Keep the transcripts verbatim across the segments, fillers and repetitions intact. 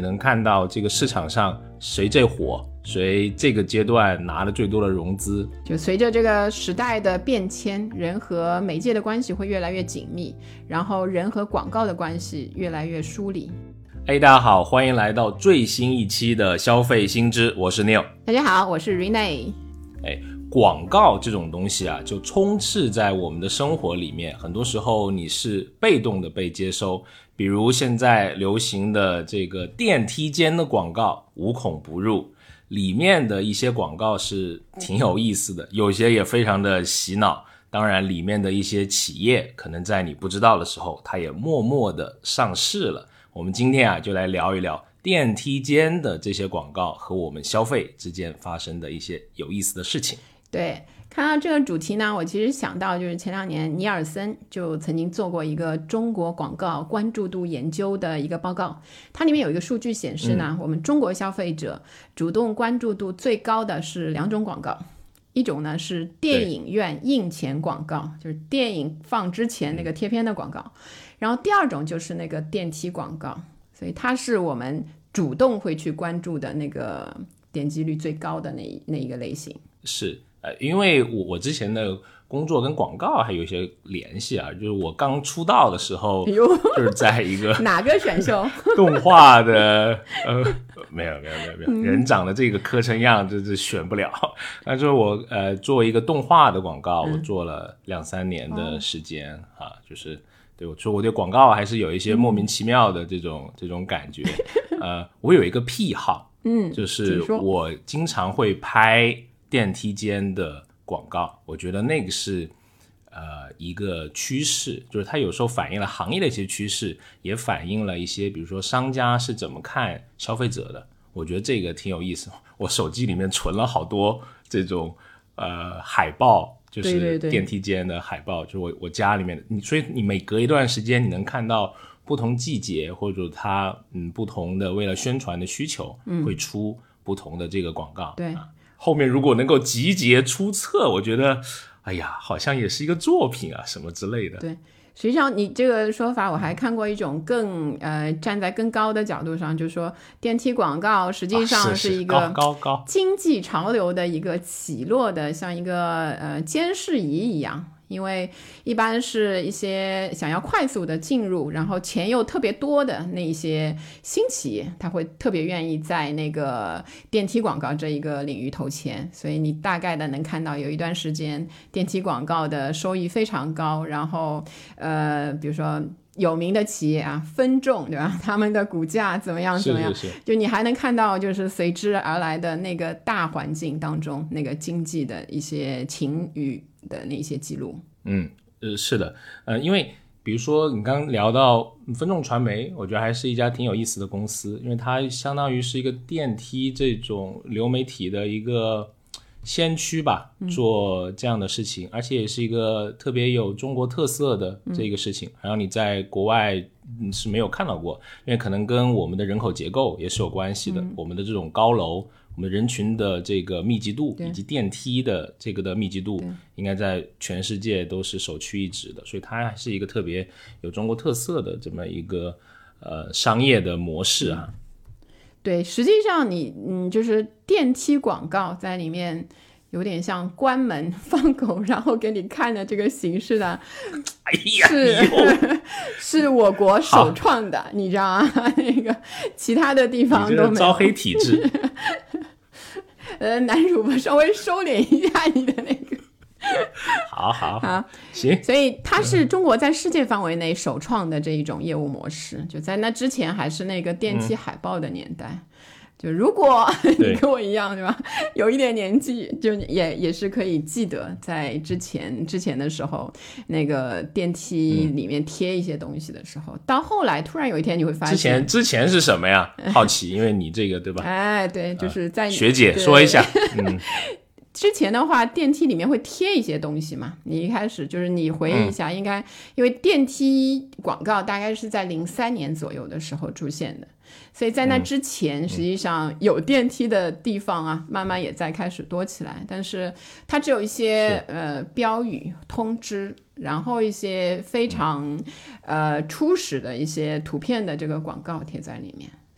能看到这个市场上谁最火，谁这个阶段拿了最多的融资。 就随着这个时代的变迁，人和媒介的关系会越来越紧密，然后人和广告的关系越来越疏离。 哎，大家好，欢迎来到最新一期的消费新知，我是 Neil。 大家好，我是 Renee。 哎，广告这种东西啊，就充斥在我们的生活里面，很多时候你是被动的被接收，比如现在流行的这个电梯间的广告无孔不入，里面的一些广告是挺有意思的，有些也非常的洗脑，当然里面的一些企业可能在你不知道的时候它也默默的上市了。我们今天啊就来聊一聊电梯间的这些广告和我们消费之间发生的一些有意思的事情。 对，看到这个主题呢，我其实想到就是前两年尼尔森就曾经做过一个中国广告关注度研究的一个报告，它里面有一个数据显示呢、嗯、我们中国消费者主动关注度最高的是两种广告，一种呢是电影院映前广告，就是电影放之前那个贴片的广告、嗯、然后第二种就是那个电梯广告，所以它是我们主动会去关注的那个点击率最高的那那一个类型。 是呃，因为我我之前的工作跟广告还有一些联系啊，就是我刚出道的时候，就是在一个哪个选秀动画的呃，没有没有没有没有、嗯、人长得这个磕成样，这这选不了。但是我呃做一个动画的广告，我做了两三年的时间、嗯、啊，就是对我说我对广告还是有一些莫名其妙的这种、嗯、这种感觉。呃，我有一个癖好， 嗯， 就是我经常会拍电梯间的广告，我觉得那个是呃一个趋势，就是它有时候反映了行业的一些趋势，也反映了一些比如说商家是怎么看消费者的，我觉得这个挺有意思。我手机里面存了好多这种呃海报，就是电梯间的海报，就是我我家里面的，你所以你每隔一段时间你能看到不同季节或者它嗯不同的为了宣传的需求、嗯、会出不同的这个广告。 对、 啊，后面如果能够集结出册，我觉得哎呀好像也是一个作品啊什么之类的。 对，实际上你这个说法我还看过一种更呃站在更高的角度上，就是说电梯广告实际上是一个高高经济潮流的一个起落的，像一个呃监视仪一样。因为一般是一些想要快速的进入，然后钱又特别多的那一些新企业，他会特别愿意在那个电梯广告这一个领域投钱，所以你大概的能看到有一段时间电梯广告的收益非常高，然后呃，比如说有名的企业啊，分众对吧？他们的股价怎么样怎么样？ 是是是， 就你还能看到，就是随之而来的那个大环境当中，那个经济的一些晴雨的那些记录。 嗯，呃，是的，呃，因为比如说你刚刚聊到分众传媒，我觉得还是一家挺有意思的公司，因为它相当于是一个电梯这种流媒体的一个先驱吧，做这样的事情、嗯、而且也是一个特别有中国特色的这个事情、嗯、然后你在国外是没有看到过，因为可能跟我们的人口结构也是有关系的、嗯、我们的这种高楼，我们人群的这个密集度以及电梯的这个的密集度应该在全世界都是首屈一指的，所以它还是一个特别有中国特色的这么一个呃商业的模式啊、嗯对，实际上你嗯，就是电梯广告在里面有点像关门放狗然后给你看的这个形式的， 哎呀， 是是我国首创的，你知道吗？那个其他的地方都没有。 招黑体质。 呃，男主播稍微收敛一下你的那个。 好好好， 行。 所以它是中国在世界范围内首创的这一种业务模式，就在那之前还是那个电梯海报的年代。嗯，就如果你跟我一样对吧，有一点年纪，就也也是可以记得在之前之前的时候，那个电梯里面贴一些东西的时候、嗯、到后来突然有一天你会发现， 之前之前是什么呀？好奇，因为你这个对吧？ 哎，对，就是在、呃、 学姐说一下。嗯。 之前的话电梯里面会贴一些东西嘛，你一开始就是你回忆一下、嗯、应该因为电梯广告大概是在零三年左右的时候出现的，所以在那之前、嗯、实际上有电梯的地方啊、嗯、慢慢也在开始多起来，但是它只有一些呃标语通知，然后一些非常、嗯、呃初始的一些图片的这个广告贴在里面，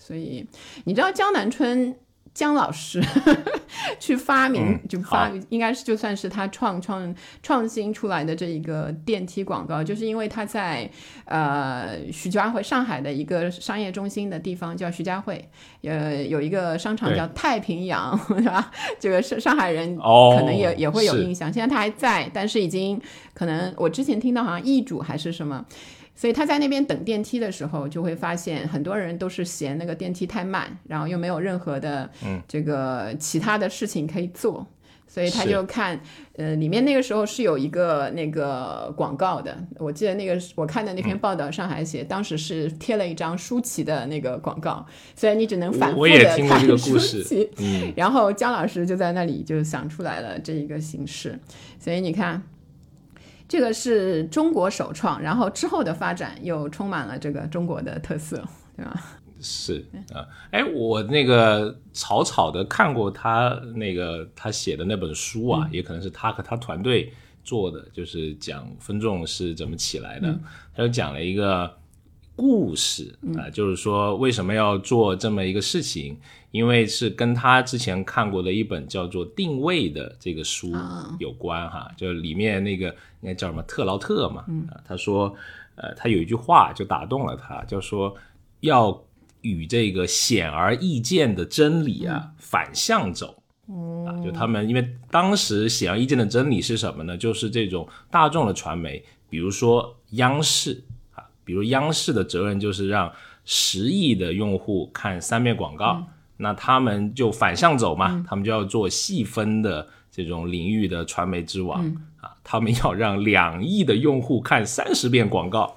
所以你知道江南春江老师去发明、嗯、就发应该是就算是他创创创新出来的这一个电梯广告，就是因为他在呃徐家汇上海的一个商业中心的地方叫徐家汇，呃有一个商场叫太平洋，对吧？这个上海人可能也、哦、也会有印象，现在他还在，但是已经可能我之前听到好像易主还是什么。所以他在那边等电梯的时候就会发现很多人都是嫌那个电梯太慢，然后又没有任何的这个其他的事情可以做、嗯、所以他就看呃，里面那个时候是有一个那个广告的，我记得那个我看的那篇报道上还写、嗯、当时是贴了一张舒淇的那个广告，所以你只能反复的看舒淇、嗯、然后姜老师就在那里就想出来了这一个形式，所以你看这个是中国首创，然后之后的发展又充满了这个中国的特色，对吧？ 是啊，哎，我那个草草的看过他那个他写的那本书啊、嗯，也可能是他和他团队做的，就是讲分众是怎么起来的。嗯、他就讲了一个故事啊、呃，就是说为什么要做这么一个事情。因为是跟他之前看过的一本叫做《定位》的这个书有关哈，就里面那个应该叫什么特劳特嘛，嗯、他说，呃，他有一句话就打动了他，就说要与这个显而易见的真理啊、嗯、反向走。啊，就他们因为当时显而易见的真理是什么呢？就是这种大众的传媒，比如说央视啊，比如央视的责任就是让十亿的用户看三遍广告。嗯，那他们就反向走嘛、嗯、他们就要做细分的这种领域的传媒之王、嗯、啊，他们要让两亿的用户看三十遍广告。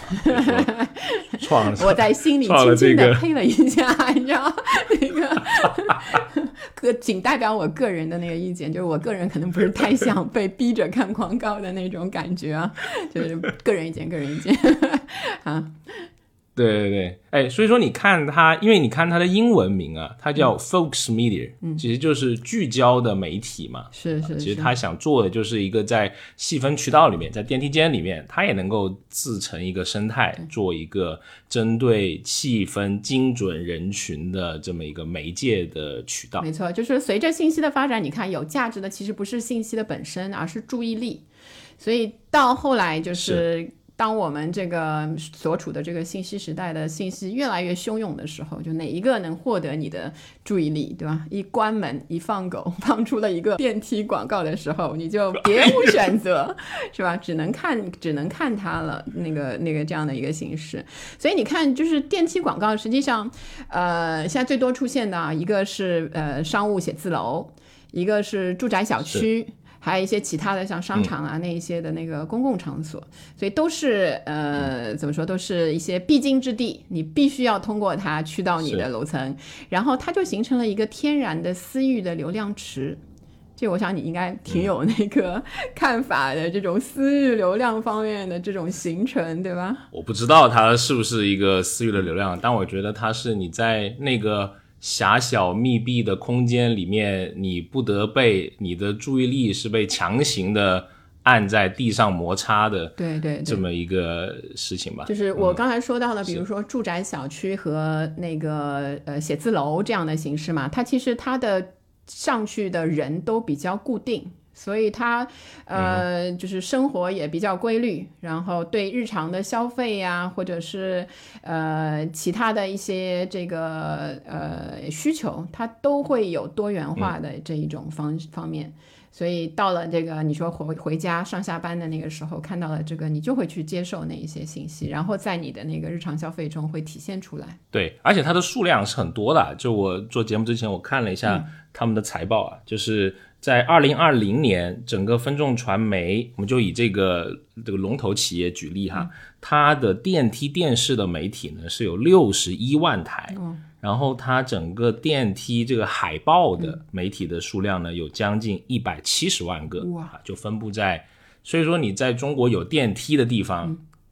创我在心里轻轻的呸了一下，你知道那个仅代表我个人的那个意见，就是我个人可能不是太想被逼着看广告的那种感觉啊，就是个人意见个人意见啊。 对对对，哎，所以说你看它，因为你看它的英文名啊，它叫 Focus Media，、嗯、其实就是聚焦的媒体嘛。 是是是。 其实他想做的就是一个在细分渠道里面，在电梯间里面，它也能够自成一个生态，做一个针对细分精准人群的这么一个媒介的渠道。 没错，就是随着信息的发展，你看有价值的其实不是信息的本身，而是注意力。所以到后来就是。是当我们这个所处的这个信息时代的信息越来越汹涌的时候，就哪一个能获得你的注意力，对吧？一关门一放狗，放出了一个电梯广告的时候，你就别无选择是吧？只能看只能看它了，那个那个这样的一个形式。所以你看就是电梯广告实际上呃现在最多出现的、啊、一个是呃商务写字楼，一个是住宅小区，还有一些其他的像商场啊、嗯、那一些的那个公共场所，所以都是呃怎么说，都是一些必经之地，你必须要通过它去到你的楼层，然后它就形成了一个天然的私域的流量池。这我想你应该挺有那个看法的，这种私域流量方面的这种形成，对吧？ 我不知道它是不是一个私域的流量，但我觉得它是你在那个狭小密闭的空间里面，你不得被你的注意力是被强行的按在地上摩擦的， 对对， 这么一个事情吧。 就是我刚才说到的、嗯、比如说住宅小区和那个呃写字楼这样的形式嘛，它其实它的上去的人都比较固定，所以它呃、嗯、就是生活也比较规律，然后对日常的消费呀、啊、或者是呃其他的一些这个呃需求，它都会有多元化的这一种方、嗯、方面。所以到了这个你说回回家上下班的那个时候，看到了这个，你就会去接受那一些信息，然后在你的那个日常消费中会体现出来。 对，而且它的数量是很多的。就我做节目之前我看了一下他们的财报啊、嗯、就是在二零二零年整个分众传媒，我们就以这个这个龙头企业举例哈、嗯、它的电梯电视的媒体呢是有六十一万台、嗯，然后它整个电梯这个海报的媒体的数量呢、嗯、有将近一百七十万个，哇，就分布在，所以说你在中国有电梯的地方、嗯、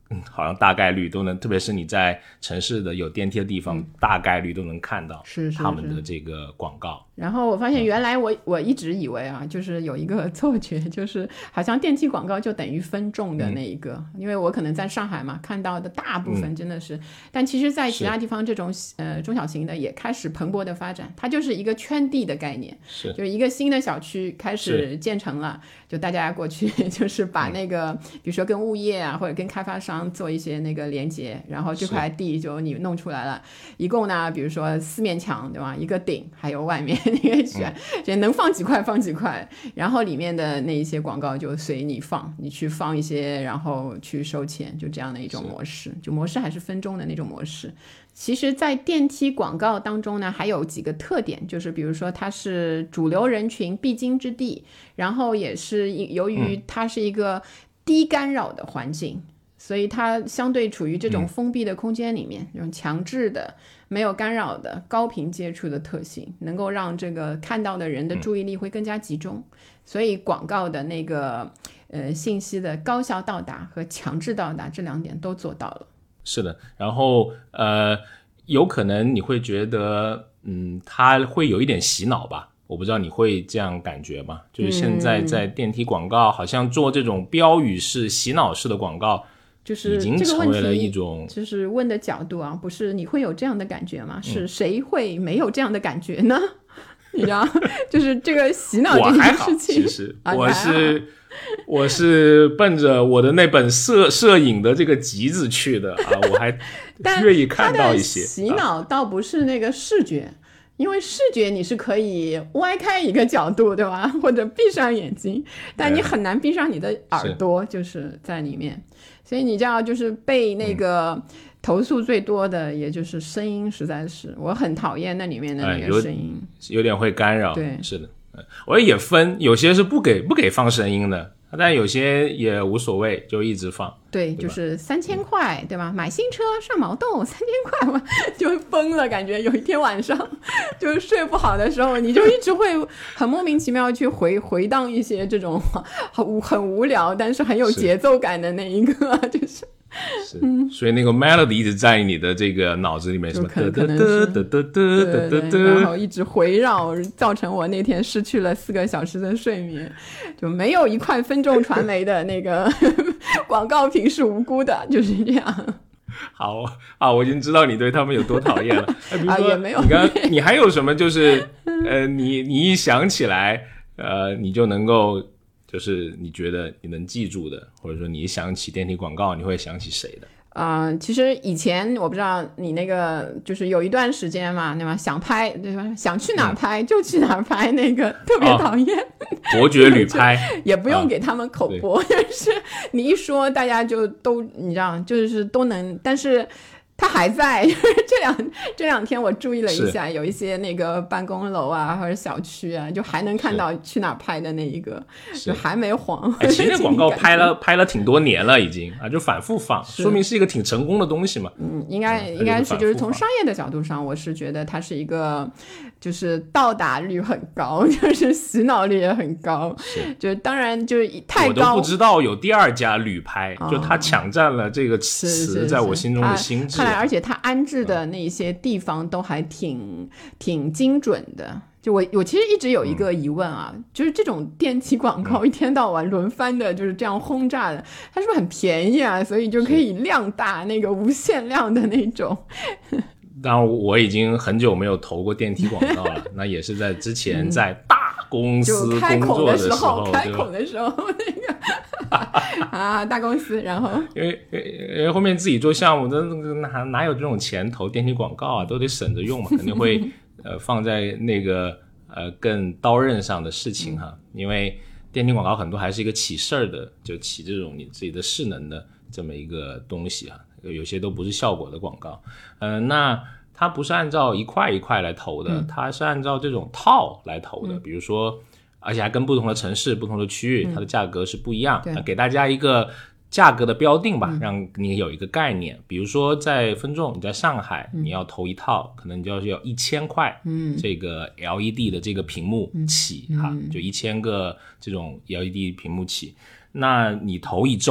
嗯，好像大概率都能，特别是你在城市的有电梯的地方，嗯、大概率都能看到他们的这个广告。 是是是，然后我发现原来我、嗯、我一直以为啊，就是有一个错觉，就是好像电梯广告就等于分众的那一个、嗯，因为我可能在上海嘛看到的大部分真的是，嗯、但其实在其他地方这种呃中小型的也开始蓬勃的发展，它就是一个圈地的概念， 是就是一个新的小区开始建成了，就大家过去就是把那个、嗯、比如说跟物业啊或者跟开发商做一些那个连接，然后这块地就你弄出来了，一共呢比如说四面墙对吧，一个顶还有外面那个选、嗯、能放几块放几块，然后里面的那一些广告就随你放，你去放一些然后去收钱，就这样的一种模式，就模式还是分众的那种模式。其实在电梯广告当中呢还有几个特点，就是比如说它是主流人群必经之地，然后也是由于它是一个低干扰的环境、嗯，所以它相对处于这种封闭的空间里面，这种强制的没有干扰的高频接触的特性，能够让这个看到的人的注意力会更加集中、嗯、所以广告的那个呃信息的高效到达和强制到达这两点都做到了。 是的，然后呃有可能你会觉得嗯它会有一点洗脑吧，我不知道你会这样感觉吗？就是现在在电梯广告、嗯、好像做这种标语式洗脑式的广告， 就是已经成为了一种， 就是问的角度啊，不是你会有这样的感觉吗？是谁会没有这样的感觉呢？你知道，就是这个洗脑这件事情， 其实我是我是奔着我的那本摄摄影的这个集子去的啊，我还愿意看到一些。 洗脑倒不是那个视觉。啊，因为视觉你是可以歪开一个角度对吧，或者闭上眼睛，但你很难闭上你的耳朵，就是在里面，所以你知道就是被那个投诉最多的也就是声音，实在是我很讨厌那里面的那个声音、 哎、有, 有点会干扰。 对， 是的，我也分，有些是不给不给放声音的，但有些也无所谓，就一直放。 对，对就是三千块，对吧？买新车上毛豆，三千块嘛，就疯了，感觉有一天晚上就睡不好的时候，你就一直会很莫名其妙去回回荡一些这种很很无聊但是很有节奏感的那一个，就是是、嗯，所以那个 melody 一直在你的这个脑子里面，什么可可能是对对对，然后一直回绕，造成我那天失去了四个小时的睡眠，就没有一块分众传媒的那个广告屏是无辜的，就是这样。 好啊，我已经知道你对他们有多讨厌了。哎、比如说、 啊、也没有你刚你还有什么就是呃，你你一想起来呃，你就能够。就是你觉得你能记住的，或者说你一想起电梯广告你会想起谁的？ 啊、呃，其实以前我不知道你那个就是有一段时间嘛，对吧？想拍对吧？想去哪儿拍、嗯、就去哪儿拍，那个特别讨厌。 伯、哦、爵旅拍也不用给他们口播，就、啊、是你一说大家就都你知道，就是都能，但是。他还在，就是这两这两天我注意了一下，有一些那个办公楼啊或者小区啊，就还能看到去哪儿拍的那一个，就还没黄。 哎，其实那广告拍了拍了挺多年了，已经啊，就反复放，说明是一个挺成功的东西嘛。 嗯，应该、嗯、应该是就是从商业的角度上，我是觉得它是一个就是到达率很高，就是洗脑率也很高，就当然就是太高， 我都不知道有第二家旅拍，哦、就他抢占了这个词在我心中的心智。 而且它安置的那些地方都还挺、嗯、挺精准的。就我我其实一直有一个疑问啊、嗯、就是这种电梯广告一天到晚轮番的就是这样轰炸的，它是不是很便宜啊？所以就可以量大那个无限量的那种。 当然我已经很久没有投过电梯广告了那也是在之前在大公司工作的时候、 嗯、开口的时候那个啊，大公司，然后因为因为后面自己做项目，哪哪有这种钱投电梯广告啊？都得省着用嘛，肯定会呃放在那个呃更刀刃上的事情哈。因为电梯广告很多还是一个起事儿的，就起这种你自己的势能的这么一个东西哈。有些都不是效果的广告，呃，那它不是按照一块一块来投的，嗯、它是按照这种套来投的，嗯、比如说。而且还跟不同的城市不同的区域、嗯、它的价格是不一样、呃、给大家一个价格的标定吧、嗯、让你有一个概念。比如说在分众你在上海、嗯、你要投一套可能就要要一千块、嗯、这个 L E D 的这个屏幕起、嗯、哈，就一千个这种 L E D 屏幕起，那你投一周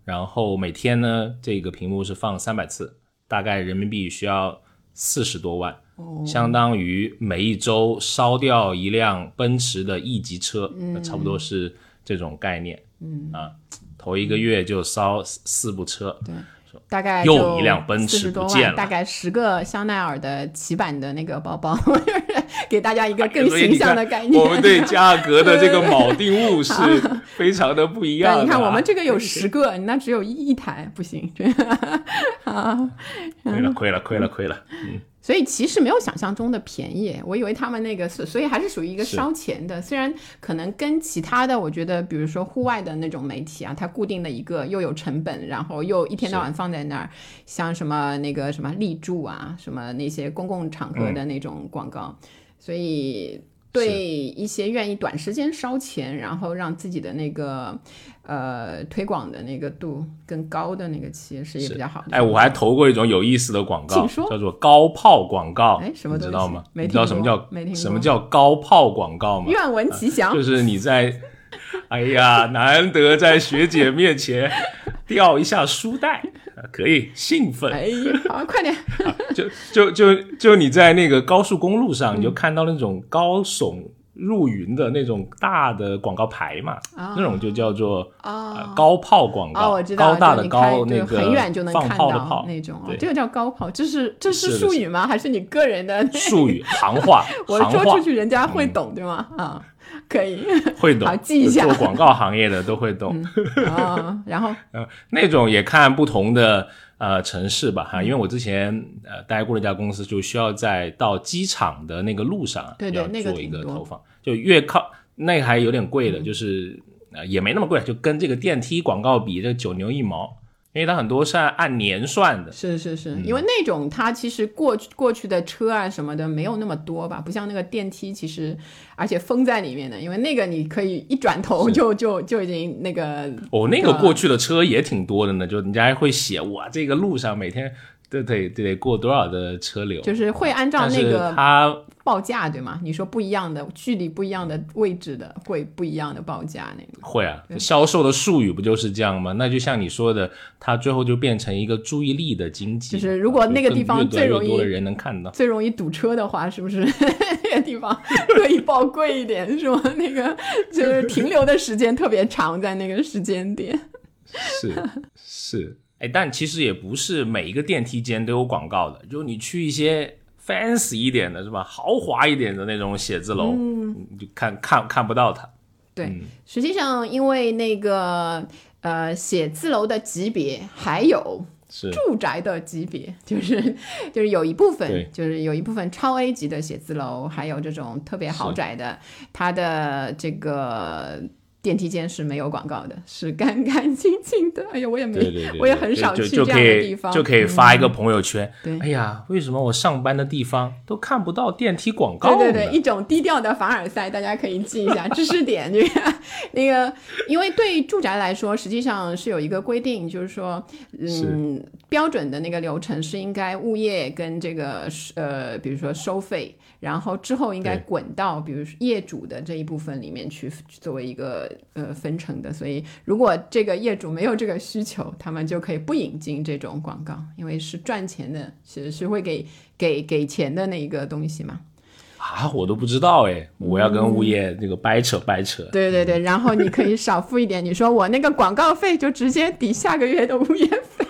然后每天呢这个屏幕是放三百次，大概人民币需要四十多万、哦、相当于每一周烧掉一辆奔驰的 E 级车、嗯、差不多是这种概念。嗯啊，头一个月就烧四部车， 对，大概又一辆奔驰不见了， 大概十个香奈儿的骑版的那个包包，给大家一个更形象的概念。 我们对价格的这个锚定物是非常的不一样的、啊。 你看我们这个有十个，你那只有一台，不行。啊， 亏了亏了亏了亏了，嗯。 所以其实没有想象中的便宜，我以为他们那个所以还是属于一个烧钱的，虽然可能跟其他的我觉得比如说户外的那种媒体啊，它固定的一个又有成本，然后又一天到晚放在那儿，像什么那个什么立柱啊，什么那些公共场合的那种广告、嗯、所以对一些愿意短时间烧钱然后让自己的那个呃推广的那个度更高的那个企业是也比较好的。 哎，我还投过一种有意思的广告，叫做高炮广告。 哎，什么东西？ 你知道吗？ 没听过。 你知道什么叫没听过？ 什么叫高炮广告吗？ 愿闻其详。 就是你在哎呀，难得在学姐面前掉一下书袋，可以兴奋。 哎，好，快点。 啊、就就就就你在那个高速公路上，嗯、你就看到那种高耸入云的那种大的广告牌嘛，哦、那种就叫做、哦呃、高炮广告。 哦，我知道， 高大的高，那个很远就能看到放炮的炮那种。哦、这个叫高炮，这是这是术语吗？还是你个人的术语行话？ 我说出去人家会懂、嗯、对吗？啊。可以会懂， 好记一下， 做广告行业的都会懂、 嗯哦、然后、 呃、那种也看不同的呃城市吧哈，因为我之前呃待过的一家公司就需要在到机场的那个路上对对要做一个投放，就越靠那个还有点贵的、嗯、就是呃也没那么贵，就跟这个电梯广告比这个九牛一毛，因为它很多是按年算的。 是是是、嗯、因为那种它其实过去过去的车啊什么的没有那么多吧，不像那个电梯其实而且封在里面的，因为那个你可以一转头就就就已经那个哦，那个过去的车也挺多的呢，就人家会写哇这个路上每天得得得过多少的车流， 就是会按照那个它报价对吗？你说不一样的距离不一样的位置的会不一样的报价那个会啊，销售的术语不就是这样吗？那就像你说的，它最后就变成一个注意力的经济， 就是如果那个地方最容易越多的人能看到最容易堵车的话，是不是那个地方可以报贵一点是吗？那个就是停留的时间特别长在那个时间点是是哎，但其实也不是每一个电梯间都有广告的，就你去一些 fancy 一点的是吧，豪华一点的那种写字楼、嗯、你就看看看不到它。 对、嗯、实际上因为那个呃写字楼的级别还有住宅的级别，就是就是有一部分就是有一部分超 A 级的写字楼，还有这种特别豪宅的，它的这个电梯间是没有广告的，是干干净净的。哎呀，我也没，对对对，我也很少去这样的地方， 就可以发一个朋友圈。嗯、哎呀，为什么我上班的地方都看不到电梯广告呢？ 对对对，一种低调的凡尔赛，大家可以记一下知识点。这个那个，因为对住宅来说，实际上是有一个规定，就是说，嗯，标准的那个流程是应该物业跟这个呃，比如说收费。然后之后应该滚到比如说业主的这一部分里面去作为一个呃分成的，所以如果这个业主没有这个需求，他们就可以不引进这种广告，因为是赚钱的，其实是会给给给钱的那一个东西嘛。 啊，我都不知道哎，我要跟物业那个掰扯掰扯。 嗯、对对对，然后你可以少付一点，你说我那个广告费就直接抵下个月的物业费。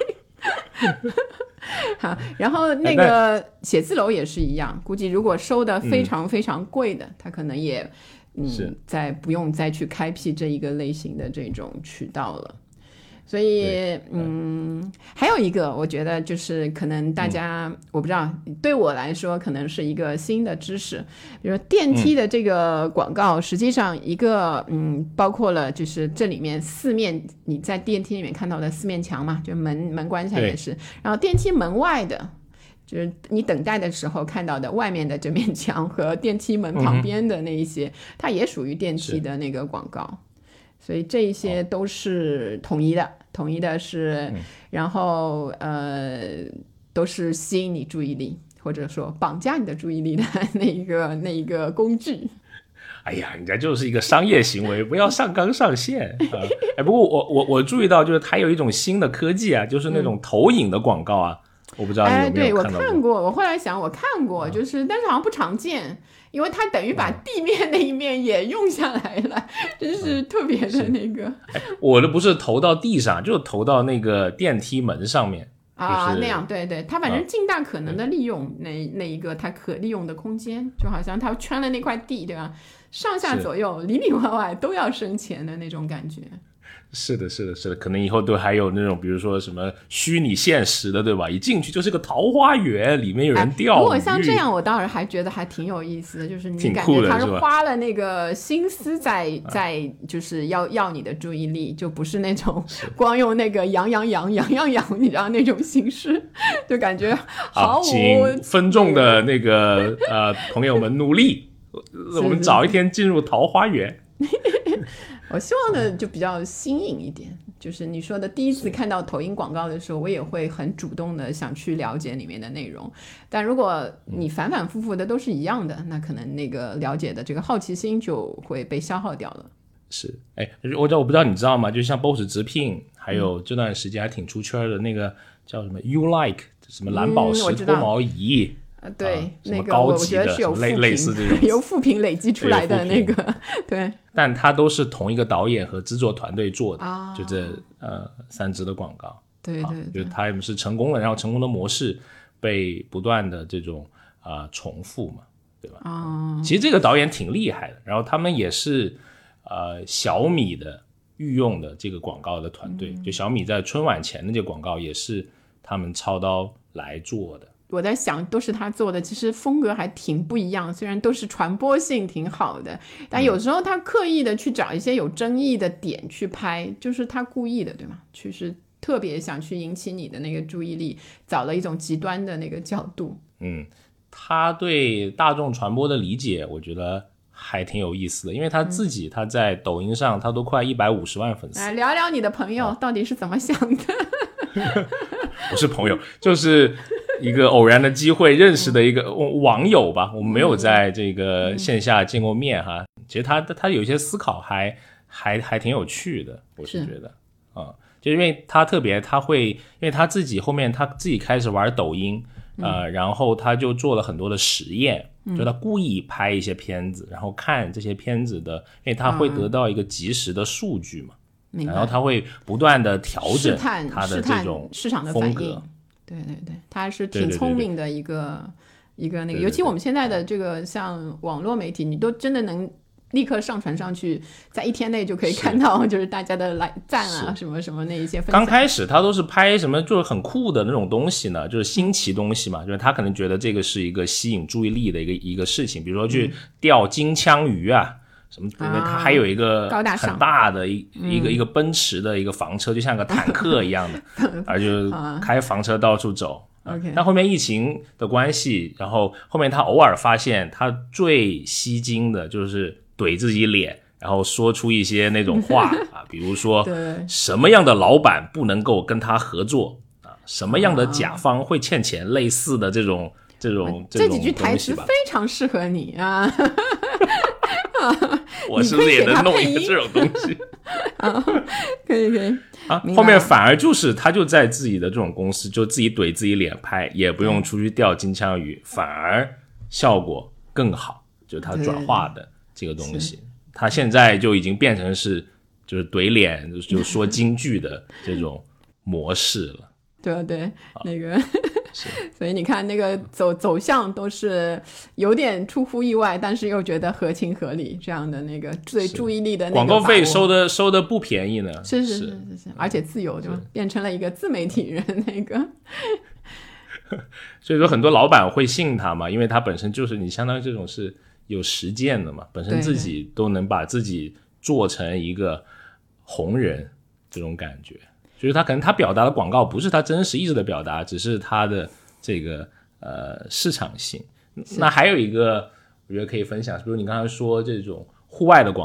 好，然后那个写字楼也是一样，估计如果收的非常非常贵的，他、嗯、可能也嗯，再不用再去开辟这一个类型的这种渠道了。所以嗯，还有一个我觉得就是可能大家、嗯、我不知道对我来说可能是一个新的知识，比如说电梯的这个广告、嗯、实际上一个嗯，包括了就是这里面四面你在电梯里面看到的四面墙嘛，就门门关起来也是，然后电梯门外的就是你等待的时候看到的外面的这面墙和电梯门旁边的那一些、嗯、它也属于电梯的那个广告，所以这一些都是统一的、哦、统一的是、嗯、然后呃都是吸引你注意力或者说绑架你的注意力的那一个那一个工具。 哎呀，人家就是一个商业行为，不要上纲上线啊。哎，不过我我我注意到，就是它有一种新的科技啊，就是那种投影的广告啊，嗯、我不知道你有没有看到过。 哎，对，我看过，我后来想我看过，就是但是好像不常见，因为它等于把地面那一面也用下来了，真是特别的那个。 哎，我的不是投到地上，就投到那个电梯门上面。 啊、 就是， 那样，对对，它反正尽大可能的利用、啊、那那一个它可利用的空间，就好像它圈了那块地，对吧？上下左右里里外外都要生钱的那种感觉。 是的，是的，是的，可能以后都还有那种，比如说什么虚拟现实的，对吧？一进去就是个桃花源，里面有人钓鱼。 哎、如果像这样，我倒是还觉得还挺有意思的，就是你感觉他是花了那个心思在在，就是要要你的注意力，就不是那种光用那个养养养养养养，你知道那种形式，就感觉毫无。 请分众的那个呃朋友们努力，我们早一天进入桃花源。 我希望的就比较新颖一点，就是你说的第一次看到投影广告的时候，我也会很主动的想去了解里面的内容，但如果你反反复复的都是一样的，那可能那个了解的这个好奇心就会被消耗掉了。 是，哎，我我不知道你知道吗？就像 B O S S 直聘，还有这段时间还挺出圈的那个叫什么 You Like 什么蓝宝石脱毛仪。嗯对、 啊， 那个我觉得是有类类似这种由负评累积出来的那个，对， 但它都是同一个导演和制作团队做的， 啊、 就这呃三支的广告， 对对对， 啊、就是他们是成功了，然后成功的模式被不断的这种啊、呃、重复嘛，对吧？ 啊、 其实这个导演挺厉害的，然后他们也是呃小米的御用的这个广告的团队，嗯、就小米在春晚前的这个广告也是他们操刀来做的。 我在想都是他做的，其实风格还挺不一样，虽然都是传播性挺好的，但有时候他刻意的去找一些有争议的点去拍，就是他故意的，对吗？就是特别想去引起你的那个注意力，找了一种极端的那个角度。 嗯，他对大众传播的理解我觉得还挺有意思的，因为他自己他在抖音上他都快一百五十万粉丝。 来聊聊你的朋友到底是怎么想的。 不是朋友，就是一个偶然的机会认识的一个网友吧，我们没有在这个线下见过面哈。其实他他有一些思考还还还挺有趣的，我是觉得啊、嗯，就因为他特别他会，因为他自己后面他自己开始玩抖音，呃，然后他就做了很多的实验，就他故意拍一些片子，然后看这些片子的，因为他会得到一个及时的数据嘛。然后他会不断的调整他的这种市场的反应，对对对，他是挺聪明的一个一个那个，尤其我们现在的这个像网络媒体，你都真的能立刻上传上去，在一天内就可以看到，就是大家的来赞啊什么什么那一些分享。 刚开始他都是拍什么就是很酷的那种东西呢，就是新奇东西嘛，就是他可能觉得这个是一个吸引注意力的一个一个事情，比如说去钓金枪鱼啊。什么？因为它还有一个很大的一、啊、一个一个奔驰的一个房车，就像个坦克一样的，而就开房车到处走。 Okay. 但后面疫情的关系，然后后面他偶尔发现，他最吸睛的就是怼自己脸，然后说出一些那种话啊，比如说什么样的老板不能够跟他合作啊，什么样的甲方会欠钱，类似的这种这种这几句台词非常适合你啊。 我是不是也能弄一个这种东西？ 啊，可以可以啊，后面反而就是他就在自己的这种公司就自己怼自己脸拍，也不用出去钓金枪鱼，反而效果更好，就是他转化的这个东西，他现在就已经变成是就是怼脸就说京剧的这种模式了。 对对，那个。所以你看那个走走向都是有点出乎意外，但是又觉得合情合理，这样的那个对注意力的那个广告费收的收的不便宜呢， 是是是是是，而且自由，对吧？变成了一个自媒体人那个。 所以说很多老板会信他嘛，因为他本身就是你相当于这种是有实践的嘛，本身自己都能把自己做成一个红人这种感觉。就是他可能他表达的广告不是他真实意志的表达，只是他的这个呃市场性。那还有一个我觉得可以分享，比如你刚才说这种户外的广告，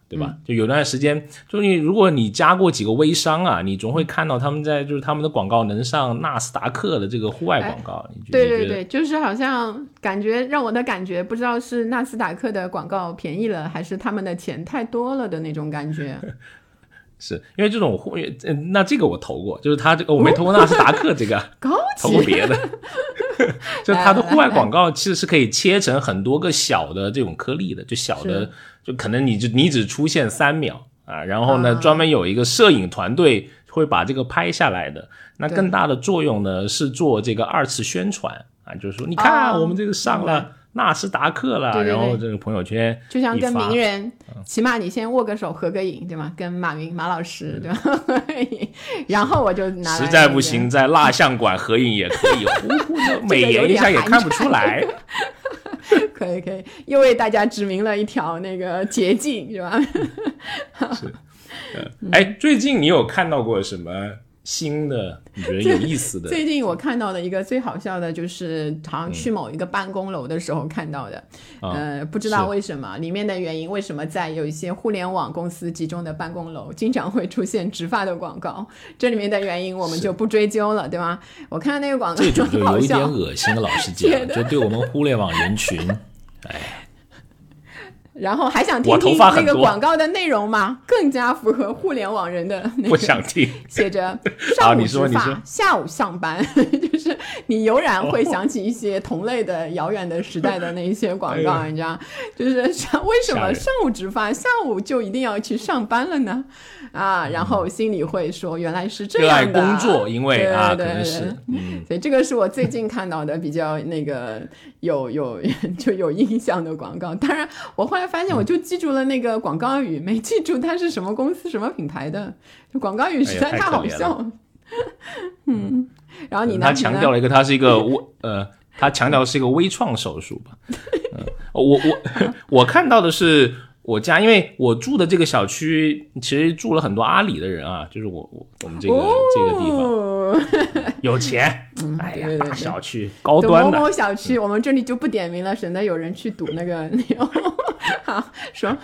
对吧？就有段时间，就你如果你加过几个微商啊，你总会看到他们在就是他们的广告能上纳斯达克的这个户外广告。 哎、对对对，就是好像感觉让我的感觉不知道是纳斯达克的广告便宜了，还是他们的钱太多了的那种感觉。 是因为这种户，那这个我投过，就是他这个我没投过纳斯达克这个， 高级投过别的。就它的户外广告其实是可以切成很多个小的这种颗粒的，就小的，就可能你就你只出现三秒啊，然后呢，啊、专门有一个摄影团队会把这个拍下来的。那更大的作用呢是做这个二次宣传啊，就是说你看、啊、我们这个上了。纳斯达克了， 对对对， 然后这个朋友圈就像跟名人，起码你先握个手合个影，对吗？跟马云马老师，对吧？然后我就拿来、那個、 实在不行，在蜡像馆合影也可以，呼呼的美颜一下也看不出来。 可以可以，又为大家指明了一条那个捷径，是吧？ 是，哎、呃，最近你有看到过什么新的你觉得有意思的？ 最近我看到的一个最好笑的就是好像去某一个办公楼的时候看到的、嗯、呃，不知道为什么里面的原因，为什么在有一些互联网公司集中的办公楼经常会出现植发的广告，这里面的原因我们就不追究了，对吗？我看那个广告这种就有一点恶心，老实讲就对我们互联网人群哎， 然后还想听听那个广告的内容吗？更加符合互联网人的那个。 不想听。 写着上午植发，下午上班，就是你油然会想起一些同类的遥远的时代的那一些广告，哎、你知道？就是为什么上午植发，下午就一定要去上班了呢？啊，然后心里会说，原来是这样的。 热爱工作，因为对对对啊，可能是， 嗯，所以这个是我最近看到的比较那个有有就有印象的广告。当然，我后来发现，我就记住了那个广告语，没记住它是什么公司、什么品牌的。就广告语实在太好笑了。嗯，然后你呢？ 他强调了一个，它是一个呃，他强调是一个微创手术吧。嗯，我我我看到的是。我家因为我住的这个小区其实住了很多阿里的人啊，就是我我我们这个、哦、这个地方有钱、嗯、哎呀，对对对，大小区高端的某某小区、嗯、我们这里就不点名了，省得有人去堵那个好说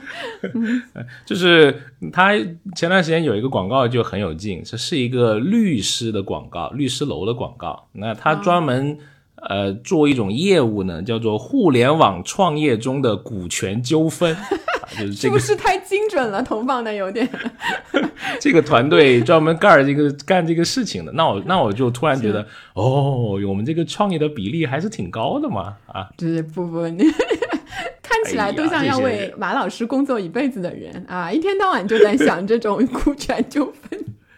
就是他前段时间有一个广告就很有劲，这是一个律师的广告，律师楼的广告，那他专门、哦呃，做一种业务呢，叫做互联网创业中的股权纠纷、啊就是这个、 是不是太精准了？投放的有点。 这个团队专门干这个干这个事情的，那我那我就突然觉得，哦，我们这个创业的比例还是挺高的嘛，啊， 就是不不，看起来都像要为马老师工作一辈子的人、哎、啊，一天到晚就在想这种股权纠纷。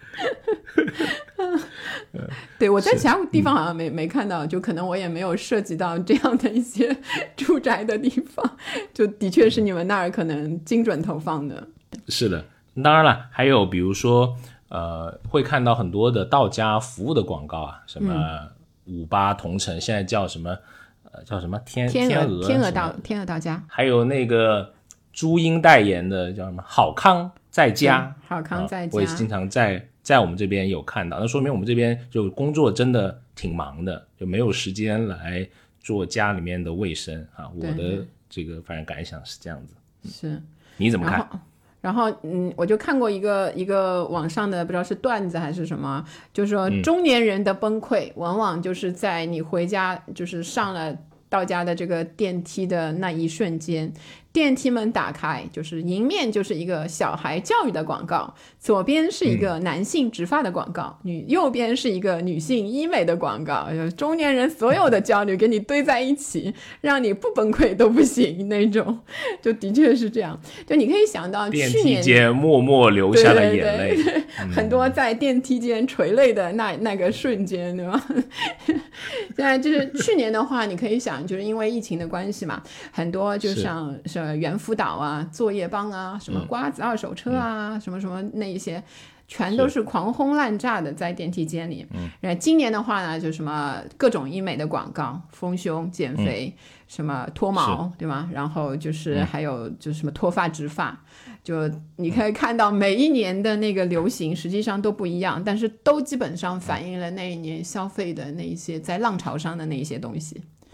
对，我在其他地方好像没、嗯、没看到，就可能我也没有涉及到这样的一些住宅的地方，就的确是你们那儿可能精准投放的。 是的，当然了，还有比如说呃，会看到很多的到家服务的广告啊，什么五八同城，现在叫什么呃叫什么天天鹅天鹅到天鹅到家， 还有那个朱茵代言的叫什么好康在家， 好康在家、 呃、我也经常在在我们这边有看到，那说明我们这边就工作真的挺忙的，就没有时间来做家里面的卫生啊。我的这个反正感想是这样子。 是， 你怎么看？ 然后，然后嗯，我就看过一个一个网上的不知道是段子还是什么，就是说中年人的崩溃、嗯、往往就是在你回家就是上了到家的这个电梯的那一瞬间，电梯门打开，就是迎面就是一个小孩教育的广告，左边是一个男性植发的广告、嗯、女右边是一个女性医美的广告，中年人所有的焦虑给你堆在一起，让你不崩溃都不行那种，就的确是这样。就你可以想到去年电梯间默默流下了眼泪， 对对对、嗯、很多在电梯间垂泪的那那个瞬间，对吧？现在就是去年的话，你可以想，就是因为疫情的关系嘛，很多就像是猿辅导啊、作业帮啊、什么瓜子二手车啊、嗯、什么什么那一些，全都是狂轰滥炸的在电梯间里。嗯，今年的话呢，就什么各种医美的广告，丰胸、减肥、嗯、什么脱毛，对吗？然后就是还有就是什么脱发、植发。就你可以看到每一年的那个流行实际上都不一样，但是都基本上反映了那一年消费的那一些在浪潮上的那一些东西。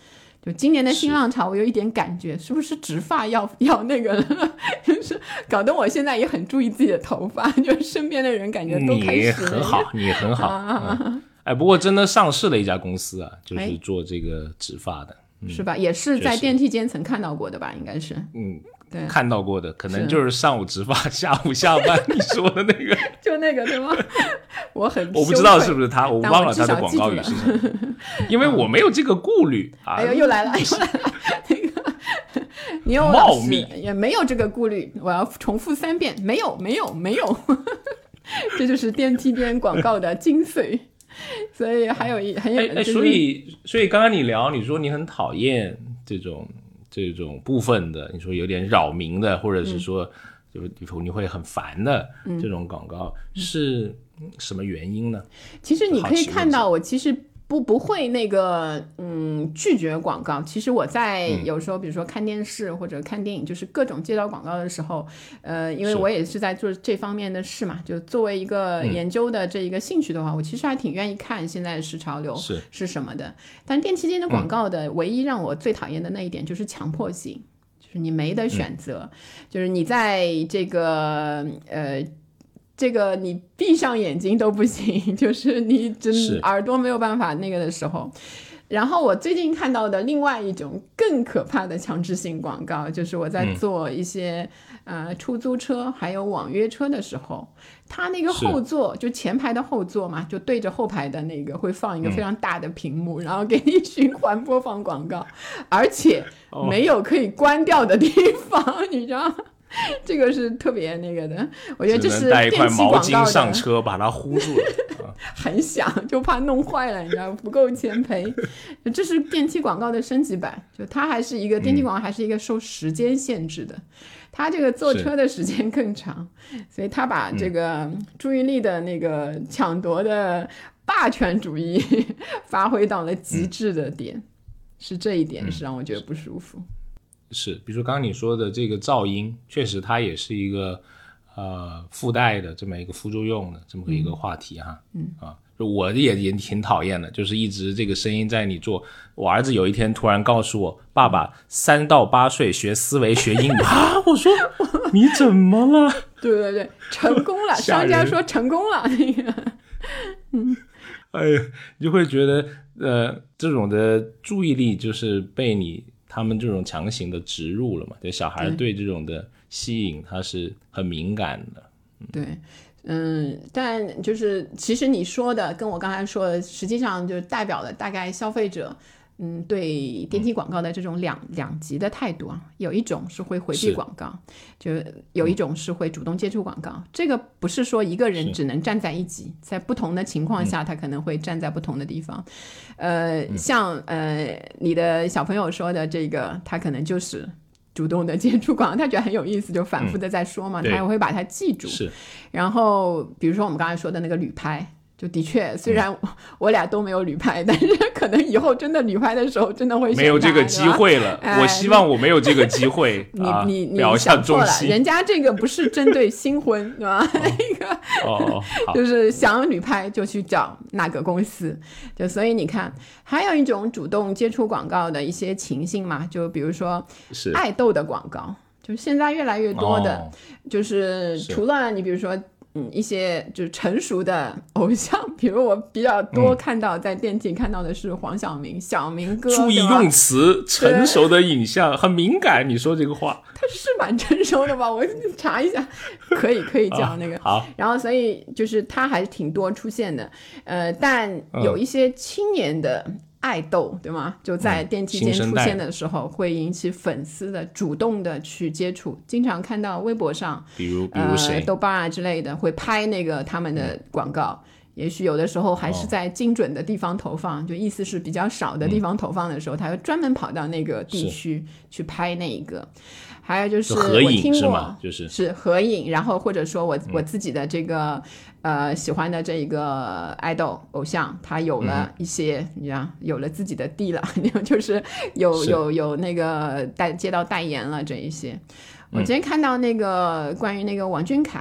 就今年的新浪潮，我有一点感觉，是不是植发要要那个了？就是搞得我现在也很注意自己的头发，就是身边的人感觉都开始。 你很好，你很好。啊嗯、哎，不过真的上市了一家公司啊，就是做这个植发的，嗯、 是吧？也是在电梯间曾看到过的吧？应该是。 嗯。 对， 看到过的可能就是上午植发下午下班你说的那个就那个对吗？我很我不知道是不是他，我忘了他的广告语是什么，因为我没有这个顾虑、嗯、啊。 哎呦又来了又来了那个你有茂密也没有这个顾虑，我要重复三遍，没有没有没有这就是电梯间广告的精髓。所以还有一很有、 哎哎、所以所以刚刚你聊你说你很讨厌这种这种部分的，你说有点扰民的，或者是说就你会很烦的这种广告、嗯、是什么原因呢？ 其实你可以看到我其实不不会那个嗯拒绝广告。其实我在有时候比如说看电视或者看电影，就是各种接到广告的时候，呃，因为我也是在做这方面的事嘛，就作为一个研究的这一个兴趣的话、嗯、我其实还挺愿意看现在的时潮流是是什么的。但电梯间的广告的唯一让我最讨厌的那一点就是强迫性，就是你没得选择、嗯、就是你在这个呃这个你闭上眼睛都不行，就是你真耳朵没有办法那个的时候。然后我最近看到的另外一种更可怕的强制性广告，就是我在做一些、嗯、呃出租车还有网约车的时候，它那个后座就前排的后座嘛，就对着后排的那个会放一个非常大的屏幕、嗯、然后给你循环播放广告，而且没有可以关掉的地方、哦、你知道这个是特别那个的，我觉得这是电器广告的，只能带一块毛巾上车把它糊住了很想就怕弄坏了，你知道不够钱赔这是电器广告的升级版，就它还是一个电器广告，还是一个受时间限制的、嗯、它这个坐车的时间更长，所以它把这个注意力的那个抢夺的霸权主义发挥到了极致的点、嗯、是这一点是让我觉得不舒服。 是，比如说刚刚你说的这个噪音，确实它也是一个呃附带的这么一个辅助用的这么一个话题哈。嗯啊，我也也挺讨厌的，就是一直这个声音在你做。我儿子有一天突然告诉我，爸爸三到八岁学思维学英语啊，我说你怎么了？ 对对对，成功了，商家说成功了那个。嗯， 哎呀，你就会觉得呃这种的注意力就是被你。他们这种强行的植入了嘛，就小孩对这种的吸引他是很敏感的。 嗯、对，嗯，但就是其实你说的跟我刚才说的实际上就代表了大概消费者嗯对电梯广告的这种两、嗯、两极的态度啊，有一种是会回避广告，就有一种是会主动接触广告、嗯、这个不是说一个人只能站在一极，在不同的情况下、嗯、他可能会站在不同的地方。呃，嗯、像呃你的小朋友说的这个，他可能就是主动的接触广告，他觉得很有意思，就反复的在说嘛、嗯、他也会把它记住。 是， 然后比如说我们刚才说的那个旅拍，就的确虽然我俩都没有旅拍、嗯、但是可能以后真的旅拍的时候真的会没有这个机会了、哎、我希望我没有这个机会你、啊、你你想错了， 人家这个不是针对新婚对吧、哦、那个哦， 就是想旅拍就去找那个公司，就所以你看还有一种主动接触广告的一些情形嘛，就比如说爱豆的广告，就是现在越来越多的、哦、就是除了你比如说嗯，一些就是成熟的偶像，比如我比较多看到在电梯看到的是黄晓明、嗯、小明哥。 注意用词，成熟的影像很敏感，你说这个话他是蛮成熟的吧，我查一下可以可以讲那个、 哦、好， 然后所以就是他还是挺多出现的，呃，但有一些青年的、嗯爱豆对吗，就在电梯间出现的时候会引起粉丝的主动的去接触，经常看到微博上比如比如谁、 呃、豆瓣啊之类的会拍那个他们的广告、嗯、也许有的时候还是在精准的地方投放、哦、就意思是比较少的地方投放的时候、嗯、他会专门跑到那个地区去拍那一个。还有就是合影我听过是吗？就是是合影，然后或者说我、嗯、我自己的这个呃喜欢的这一个爱豆偶像，他有了一些、嗯、你知道有了自己的地了就是有是有有那个代接到代言了这一些。我今天看到那个关于那个王俊凯